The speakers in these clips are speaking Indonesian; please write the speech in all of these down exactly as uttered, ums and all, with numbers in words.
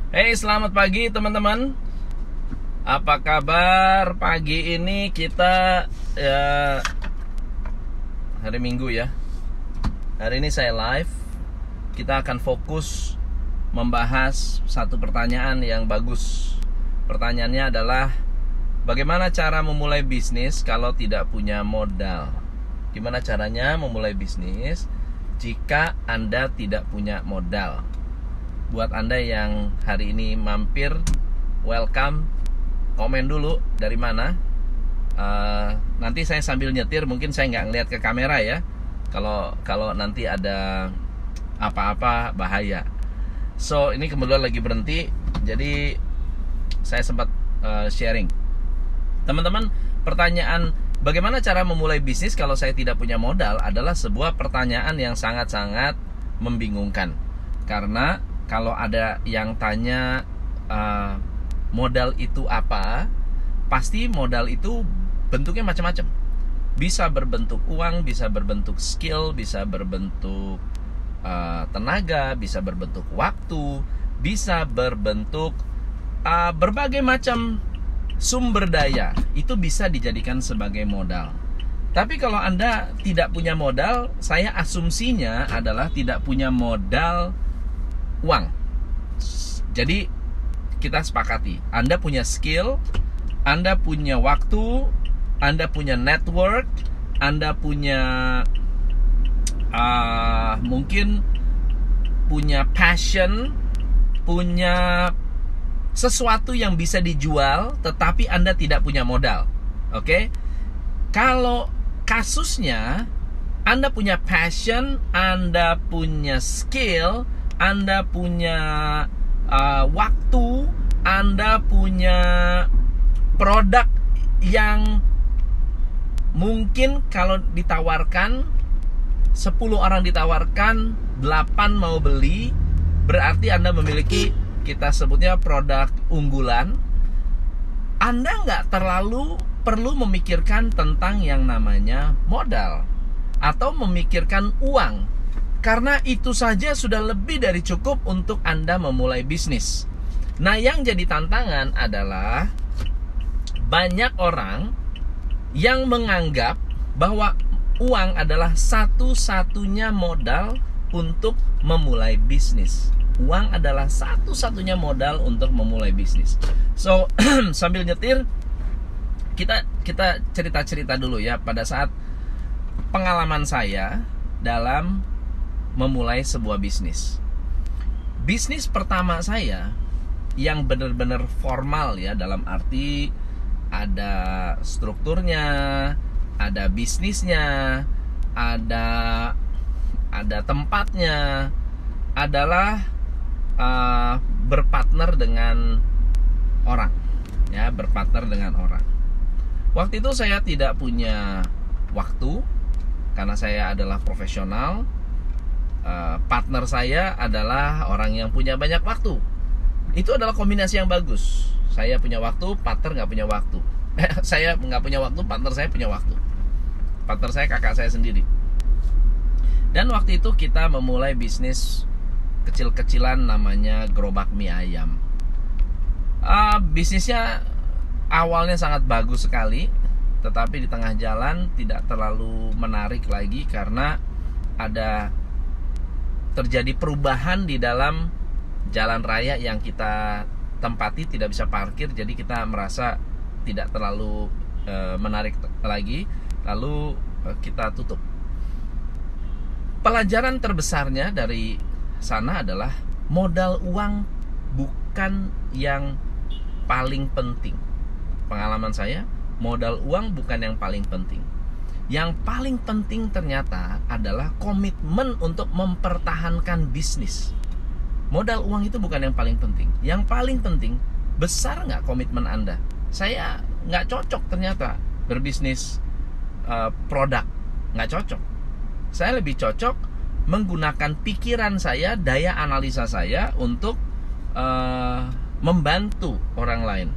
Hey, selamat pagi teman-teman. Apa kabar pagi ini? Kita ya hari Minggu ya. Hari ini saya live. Kita akan fokus membahas satu pertanyaan yang bagus. Pertanyaannya adalah bagaimana cara memulai bisnis kalau tidak punya modal? Gimana caranya memulai bisnis jika Anda tidak punya modal? Buat Anda yang hari ini mampir, welcome. Komen dulu dari mana. uh, Nanti saya sambil nyetir, mungkin saya nggak ngeliat ke kamera ya. Kalau kalau nanti ada apa-apa bahaya. So ini kebetulan lagi berhenti, jadi saya sempat uh, sharing. Teman-teman, pertanyaan bagaimana cara memulai bisnis kalau saya tidak punya modal adalah sebuah pertanyaan yang sangat-sangat membingungkan. Karena kalau ada yang tanya uh, modal itu apa, pasti modal itu bentuknya macam-macam. Bisa berbentuk uang, bisa berbentuk skill, bisa berbentuk uh, tenaga, bisa berbentuk waktu, bisa berbentuk uh, berbagai macam sumber daya. Itu bisa dijadikan sebagai modal. Tapi kalau Anda tidak punya modal, saya asumsinya adalah tidak punya modal uang. Jadi kita sepakati, Anda punya skill, Anda punya waktu, Anda punya network, Anda punya uh, mungkin punya passion, punya sesuatu yang bisa dijual, tetapi Anda tidak punya modal. Oke? Okay? Kalau kasusnya Anda punya passion, Anda punya skill, Anda punya uh, waktu, Anda punya produk yang mungkin kalau ditawarkan sepuluh orang ditawarkan, delapan mau beli, berarti Anda memiliki, kita sebutnya produk unggulan. Anda nggak terlalu perlu memikirkan tentang yang namanya modal atau memikirkan uang. Karena itu saja sudah lebih dari cukup untuk Anda memulai bisnis. Nah, yang jadi tantangan adalah banyak orang yang menganggap bahwa uang adalah satu-satunya modal untuk memulai bisnis. Uang adalah satu-satunya modal untuk memulai bisnis. So, sambil nyetir, kita kita cerita-cerita dulu ya pada saat pengalaman saya dalam memulai sebuah bisnis. Bisnis pertama saya yang benar-benar formal ya, dalam arti ada strukturnya, ada bisnisnya, ada ada tempatnya, adalah uh, berpartner dengan orang, ya, berpartner dengan orang. Waktu itu saya tidak punya waktu karena saya adalah profesional. Uh, partner saya adalah orang yang punya banyak waktu. Itu adalah kombinasi yang bagus. Saya punya waktu, partner nggak punya waktu. Saya nggak punya waktu, partner saya punya waktu. Partner saya kakak saya sendiri. Dan waktu itu kita memulai bisnis kecil-kecilan namanya gerobak mie ayam. uh, Bisnisnya awalnya sangat bagus sekali, tetapi di tengah jalan tidak terlalu menarik lagi karena ada terjadi perubahan di dalam jalan raya yang kita tempati, tidak bisa parkir, jadi kita merasa tidak terlalu e, menarik lagi, lalu e, kita tutup. Pelajaran terbesarnya dari sana adalah modal uang bukan yang paling penting. Pengalaman saya, modal uang bukan yang paling penting. Yang paling penting ternyata adalah komitmen untuk mempertahankan bisnis. Modal uang itu bukan yang paling penting. Yang paling penting, besar nggak komitmen Anda? Saya nggak cocok ternyata berbisnis uh, produk, nggak cocok. Saya lebih cocok menggunakan pikiran saya, daya analisa saya untuk uh, membantu orang lain.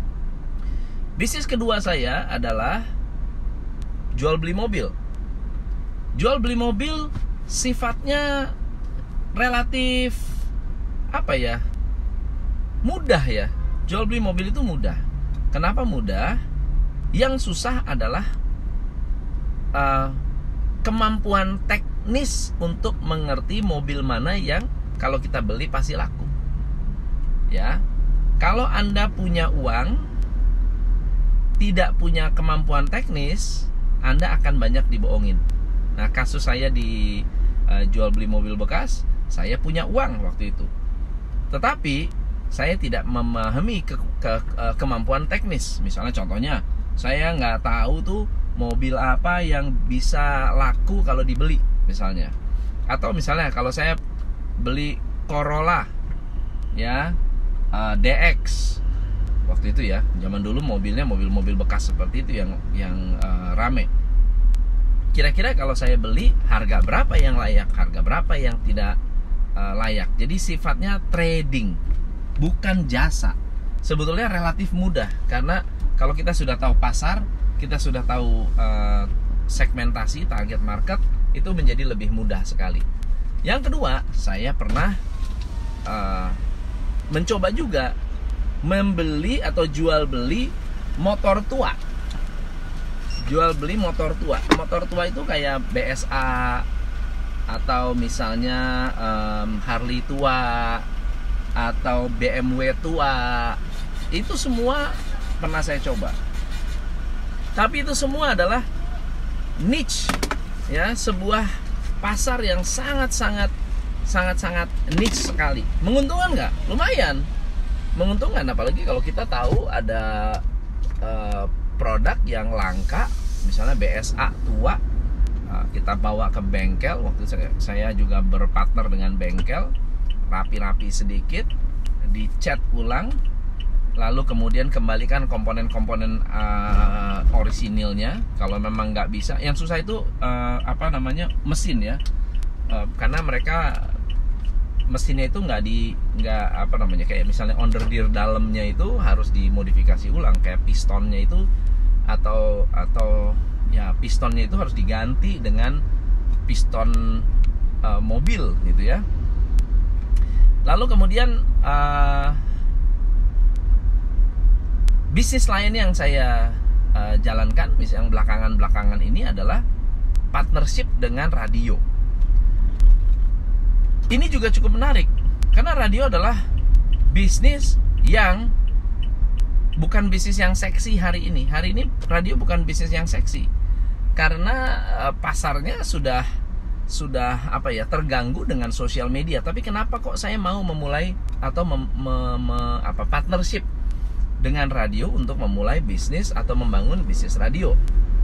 Bisnis kedua saya adalah jual beli mobil. Jual beli mobil sifatnya relatif apa ya? mudah ya. Jual beli mobil itu mudah. Kenapa mudah? Yang susah adalah uh, kemampuan teknis untuk mengerti mobil mana yang kalau kita beli pasti laku. Ya, kalau Anda punya uang, tidak punya kemampuan teknis, Anda akan banyak dibohongin. Nah, kasus saya di uh, jual beli mobil bekas, saya punya uang waktu itu, tetapi saya tidak memahami ke, ke, ke, kemampuan teknis. Misalnya contohnya, saya nggak tahu tuh mobil apa yang bisa laku kalau dibeli, misalnya. Atau misalnya kalau saya beli Corolla, ya, uh, D X waktu itu ya, zaman dulu mobilnya mobil-mobil bekas seperti itu yang yang uh, rame. Kira-kira kalau saya beli, harga berapa yang layak, harga berapa yang tidak uh, layak. Jadi sifatnya trading, bukan jasa. Sebetulnya relatif mudah, karena kalau kita sudah tahu pasar, kita sudah tahu uh, segmentasi target market, itu menjadi lebih mudah sekali. Yang kedua, saya pernah uh, mencoba juga membeli atau jual beli motor tua. Jual beli motor tua. Motor tua itu kayak B S A atau misalnya um, Harley tua atau B M W tua. Itu semua pernah saya coba. Tapi itu semua adalah niche, ya, sebuah pasar yang sangat-sangat sangat-sangat niche sekali. Menguntungkan nggak? Lumayan menguntungkan, apalagi kalau kita tahu ada uh, produk yang langka, misalnya B S A tua, uh, kita bawa ke bengkel. Waktu saya, saya juga berpartner dengan bengkel, rapi-rapi sedikit, dicat ulang, lalu kemudian kembalikan komponen-komponen uh, orisinilnya. Kalau memang nggak bisa, yang susah itu uh, apa namanya, mesin ya, uh, karena mereka mesinnya itu nggak di nggak apa namanya, kayak misalnya onderdeer dalamnya itu harus dimodifikasi ulang, kayak pistonnya itu atau atau ya pistonnya itu harus diganti dengan piston uh, mobil gitu ya. Lalu kemudian uh, bisnis lain yang saya uh, jalankan, misalnya yang belakangan-belakangan ini adalah partnership dengan radio. Ini juga cukup menarik, karena radio adalah bisnis yang bukan bisnis yang seksi hari ini. Hari ini radio bukan bisnis yang seksi, karena uh, pasarnya sudah sudah apa ya, terganggu dengan sosial media. Tapi kenapa kok saya mau memulai atau mem, me, me, apa, partnership dengan radio untuk memulai bisnis atau membangun bisnis radio?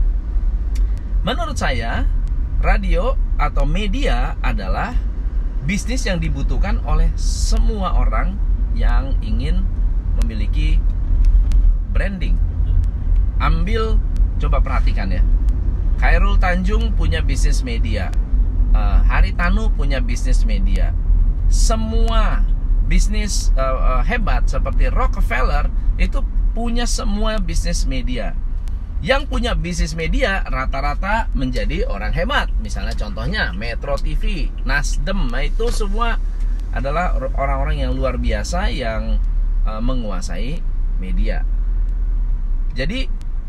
Menurut saya, radio atau media adalah bisnis yang dibutuhkan oleh semua orang yang ingin memiliki branding. Ambil, coba perhatikan ya, Khairul Tanjung punya bisnis media, uh, Haritanu punya bisnis media. Semua bisnis uh, uh, hebat seperti Rockefeller itu punya semua bisnis media. Yang punya bisnis media rata-rata menjadi orang hebat. Misalnya contohnya Metro T V, Nasdem, nah itu semua adalah orang-orang yang luar biasa yang uh, menguasai media. Jadi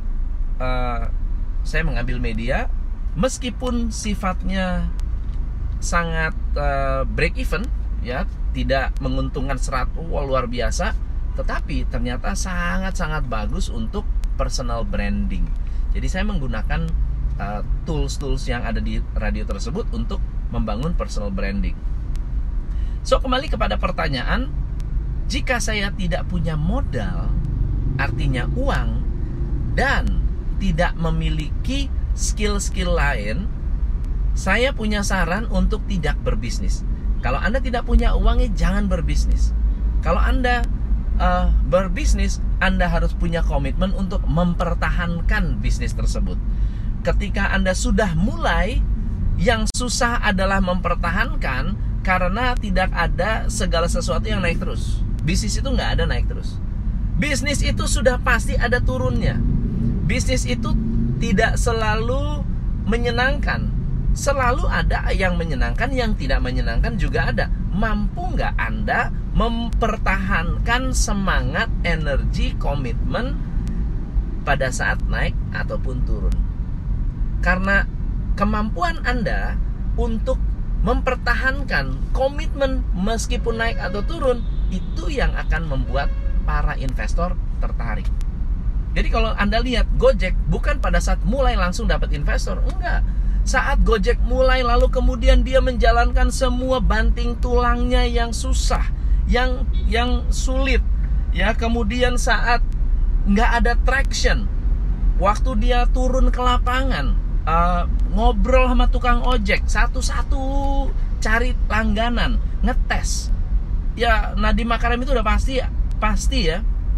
uh, saya mengambil media, meskipun sifatnya sangat uh, break even, ya, tidak menguntungkan serat wah, luar biasa, tetapi ternyata sangat-sangat bagus untuk personal branding. Jadi saya menggunakan uh, tools-tools yang ada di radio tersebut untuk membangun personal branding. So, kembali kepada pertanyaan, jika saya tidak punya modal, artinya uang, dan tidak memiliki skill-skill lain, saya punya saran untuk tidak berbisnis. Kalau Anda tidak punya uangnya, jangan berbisnis. Kalau Anda uh, berbisnis, Anda harus punya komitmen untuk mempertahankan bisnis tersebut. Ketika Anda sudah mulai, yang susah adalah mempertahankan, karena tidak ada segala sesuatu yang naik terus. Bisnis itu nggak ada naik terus. Bisnis itu sudah pasti ada turunnya. Bisnis itu tidak selalu menyenangkan. Selalu ada yang menyenangkan, yang tidak menyenangkan juga ada. mampu nggak Anda mempertahankan semangat, energi, komitmen pada saat naik ataupun turun. Karena kemampuan Anda untuk mempertahankan komitmen meskipun naik atau turun, itu yang akan membuat para investor tertarik. Jadi kalau Anda lihat Gojek, bukan pada saat mulai langsung dapat investor, enggak. Saat Gojek mulai, lalu kemudian dia menjalankan semua banting tulangnya yang susah, yang yang sulit, ya. Kemudian saat nggak ada traction, waktu dia turun ke lapangan, uh, ngobrol sama tukang ojek, satu-satu cari langganan, ngetes. Ya, Nadiem Makarim itu udah pasti ya, pasti ya,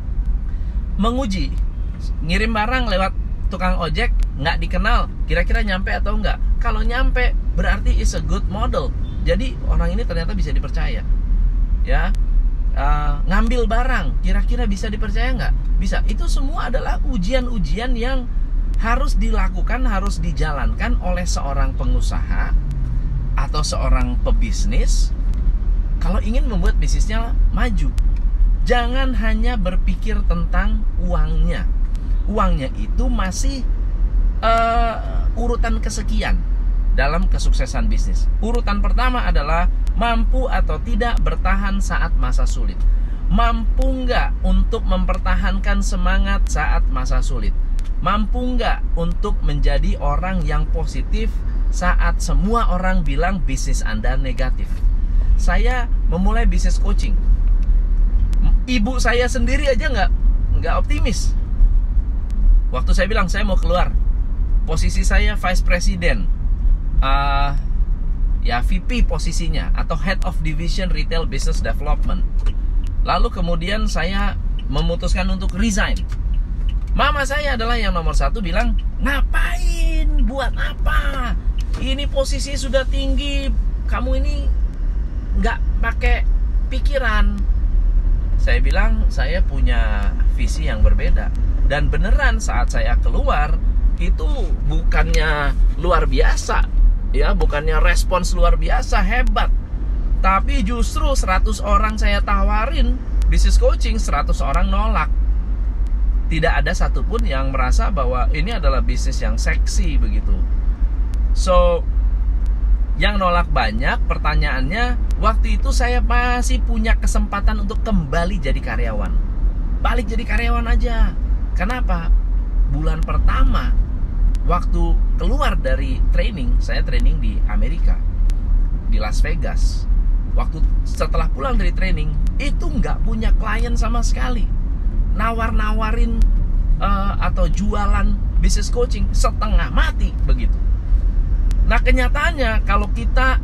menguji. Ngirim barang lewat tukang ojek, nggak dikenal, kira-kira nyampe atau enggak. Kalau nyampe, berarti is a good model. Jadi orang ini ternyata bisa dipercaya. Ya, uh, ngambil barang, kira-kira bisa dipercaya nggak? Bisa. Itu semua adalah ujian-ujian yang harus dilakukan, harus dijalankan oleh seorang pengusaha atau seorang pebisnis kalau ingin membuat bisnisnya maju. Jangan hanya berpikir tentang uangnya. Uangnya itu masih uh, urutan kesekian dalam kesuksesan bisnis. Urutan pertama adalah mampu atau tidak bertahan saat masa sulit. Mampu nggak untuk mempertahankan semangat saat masa sulit? Mampu nggak untuk menjadi orang yang positif saat semua orang bilang bisnis Anda negatif? Saya memulai bisnis coaching, ibu saya sendiri aja nggak nggak optimis. Waktu saya bilang saya mau keluar, posisi saya vice president, uh, ya V P posisinya, atau head of division retail business development. Lalu kemudian saya memutuskan untuk resign. Mama saya adalah yang nomor satu bilang, ngapain, buat apa? Ini posisi sudah tinggi, kamu ini nggak pakai pikiran. Saya bilang saya punya visi yang berbeda. Dan beneran saat saya keluar, itu bukannya luar biasa, ya, bukannya respons luar biasa hebat, tapi justru seratus orang saya tawarin bisnis coaching, seratus orang nolak. Tidak ada satupun yang merasa bahwa ini adalah bisnis yang seksi begitu. So, yang nolak banyak. Pertanyaannya, waktu itu saya masih punya kesempatan untuk kembali jadi karyawan. Balik jadi karyawan aja. Kenapa? Bulan pertama waktu keluar dari training, saya training di Amerika, di Las Vegas. Waktu setelah pulang dari training, itu nggak punya klien sama sekali. Nawar-nawarin uh, atau jualan bisnis coaching setengah mati begitu. Nah, kenyataannya kalau kita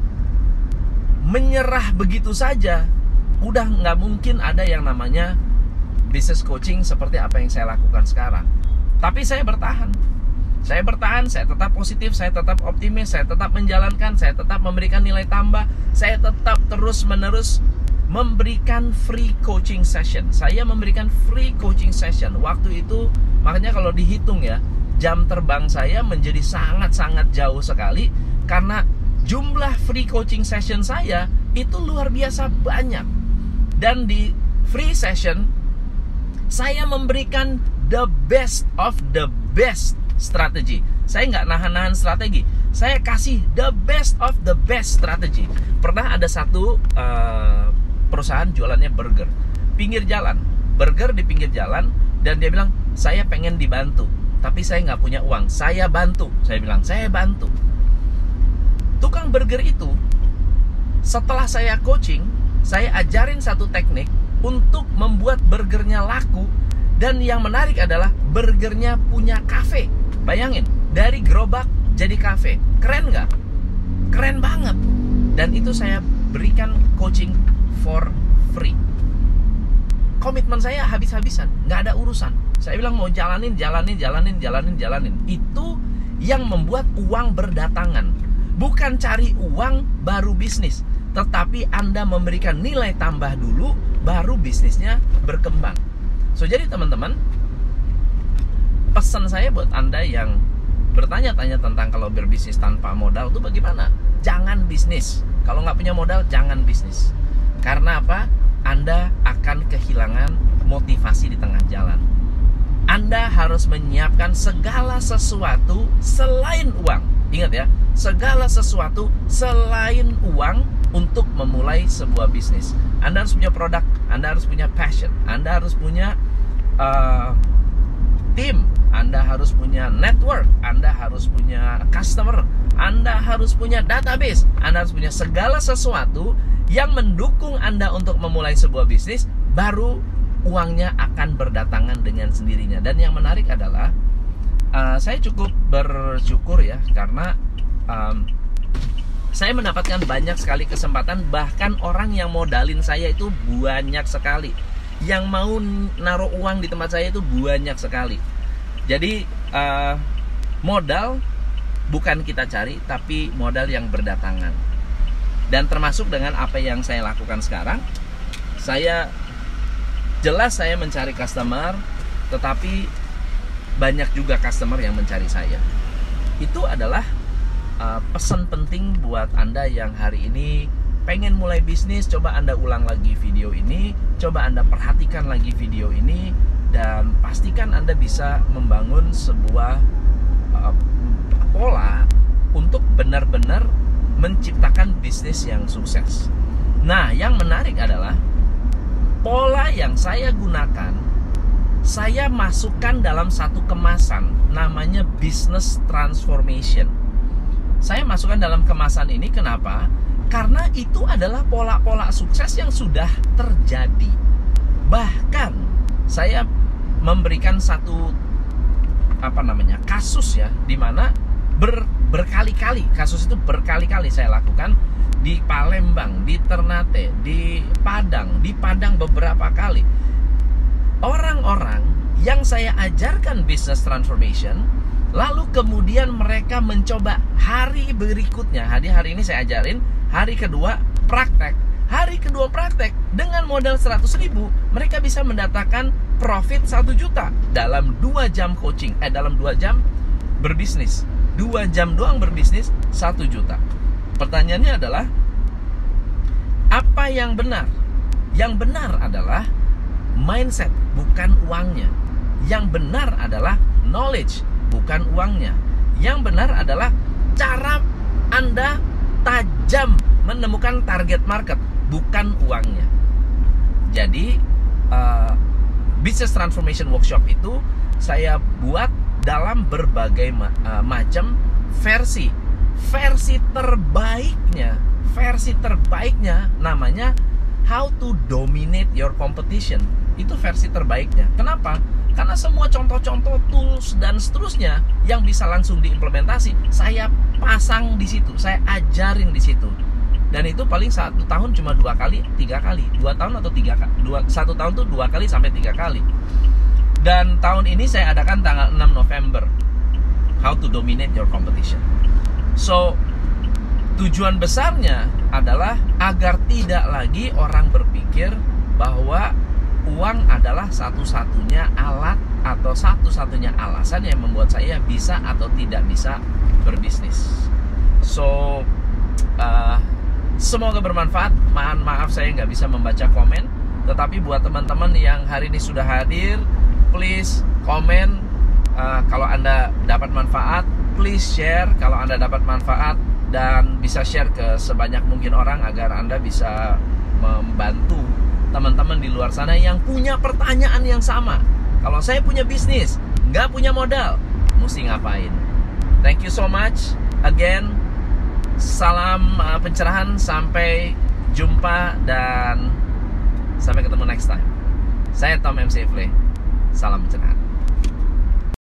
menyerah begitu saja, udah nggak mungkin ada yang namanya business coaching seperti apa yang saya lakukan sekarang. Tapi saya bertahan. Saya bertahan, saya tetap positif, saya tetap optimis, saya tetap menjalankan, saya tetap memberikan nilai tambah, saya tetap terus-menerus memberikan free coaching session. Saya memberikan free coaching session. Waktu itu, makanya kalau dihitung ya, jam terbang saya menjadi sangat-sangat jauh sekali karena jumlah free coaching session saya itu luar biasa banyak. Dan di free session saya memberikan the best of the best strategi. Saya nggak nahan-nahan strategi. Saya kasih the best of the best strategi. Pernah ada satu uh, perusahaan jualannya burger, pinggir jalan, burger di pinggir jalan, dan dia bilang, saya pengen dibantu, tapi saya nggak punya uang. Saya bantu. Saya bilang, saya bantu. Tukang burger itu, setelah saya coaching, saya ajarin satu teknik untuk membuat burgernya laku. Dan yang menarik adalah burgernya punya kafe. Bayangin, dari gerobak jadi kafe. Keren nggak? Keren banget. Dan itu saya berikan coaching for free. Komitmen saya habis-habisan, nggak ada urusan. Saya bilang mau jalanin, jalanin, jalanin, jalanin, jalanin. Itu yang membuat uang berdatangan. Bukan cari uang baru bisnis, tetapi Anda memberikan nilai tambah dulu, baru bisnisnya berkembang. So, jadi teman-teman, pesan saya buat Anda yang bertanya-tanya tentang kalau berbisnis tanpa modal itu bagaimana? Jangan bisnis Kalau nggak punya modal, jangan bisnis. Karena apa? Anda akan kehilangan motivasi di tengah jalan. Anda harus menyiapkan segala sesuatu selain uang. Ingat ya, segala sesuatu selain uang untuk memulai sebuah bisnis. Anda harus punya produk, Anda harus punya passion, Anda harus punya uh, tim, Anda harus punya network, Anda harus punya customer, Anda harus punya database, Anda harus punya segala sesuatu yang mendukung Anda untuk memulai sebuah bisnis. Baru uangnya akan berdatangan dengan sendirinya. Dan yang menarik adalah uh, saya cukup bersyukur ya, karena um, saya mendapatkan banyak sekali kesempatan. Bahkan orang yang modalin saya itu banyak sekali, yang mau naruh uang di tempat saya itu banyak sekali. Jadi uh, modal bukan kita cari, tapi modal yang berdatangan. Dan termasuk dengan apa yang saya lakukan sekarang, saya jelas saya mencari customer, tetapi banyak juga customer yang mencari saya. Itu adalah uh, pesan penting buat Anda yang hari ini pengen mulai bisnis. Coba Anda ulang lagi video ini, coba Anda perhatikan lagi video ini, dan pastikan Anda bisa membangun sebuah uh, pola untuk benar-benar menciptakan bisnis yang sukses. Nah, yang menarik adalah pola yang saya gunakan, saya masukkan dalam satu kemasan, namanya business transformation. Saya masukkan dalam kemasan ini, kenapa? Karena itu adalah pola-pola sukses yang sudah terjadi. Bahkan saya memberikan satu apa namanya kasus ya, dimana ber, berkali-kali kasus itu berkali-kali saya lakukan di Palembang, di Ternate, di Padang, di Padang beberapa kali. Orang-orang yang saya ajarkan business transformation, lalu kemudian mereka mencoba hari berikutnya. Hari hari ini saya ajarin, hari kedua praktek. Hari kedua praktek dengan modal seratus ribu, mereka bisa mendatangkan profit satu juta dalam dua jam coaching, eh dalam dua jam berbisnis. dua jam doang berbisnis, satu juta. Pertanyaannya adalah, apa yang benar? Yang benar adalah mindset, bukan uangnya. Yang benar adalah knowledge, bukan uangnya. Yang benar adalah cara Anda tajam menemukan target market, bukan uangnya. Jadi uh, Business Transformation Workshop itu saya buat dalam berbagai ma uh, macam versi. Versi terbaiknya, versi terbaiknya namanya How to Dominate Your Competition. Itu versi terbaiknya. Kenapa? Karena semua contoh-contoh tools dan seterusnya yang bisa langsung diimplementasi, saya pasang di situ, saya ajarin di situ. Dan itu paling satu tahun cuma dua kali, tiga kali, dua tahun atau tiga kali, dua, satu tahun tuh dua kali sampai tiga kali. Dan tahun ini saya adakan tanggal enam November, How to Dominate Your Competition. So, tujuan besarnya adalah agar tidak lagi orang berpikir bahwa uang adalah satu-satunya alat atau satu-satunya alasan yang membuat saya bisa atau tidak bisa berbisnis. So, uh, semoga bermanfaat. Mohon maaf saya nggak bisa membaca komen, tetapi buat teman-teman yang hari ini sudah hadir, please komen. Uh, kalau Anda dapat manfaat, please share kalau Anda dapat manfaat, dan bisa share ke sebanyak mungkin orang agar Anda bisa membantu teman-teman di luar sana yang punya pertanyaan yang sama. Kalau saya punya bisnis, nggak punya modal, mesti ngapain? Thank you so much. Again, salam uh, pencerahan, sampai jumpa dan sampai ketemu next time. Saya Tom M C Ifle. Salam pencerahan.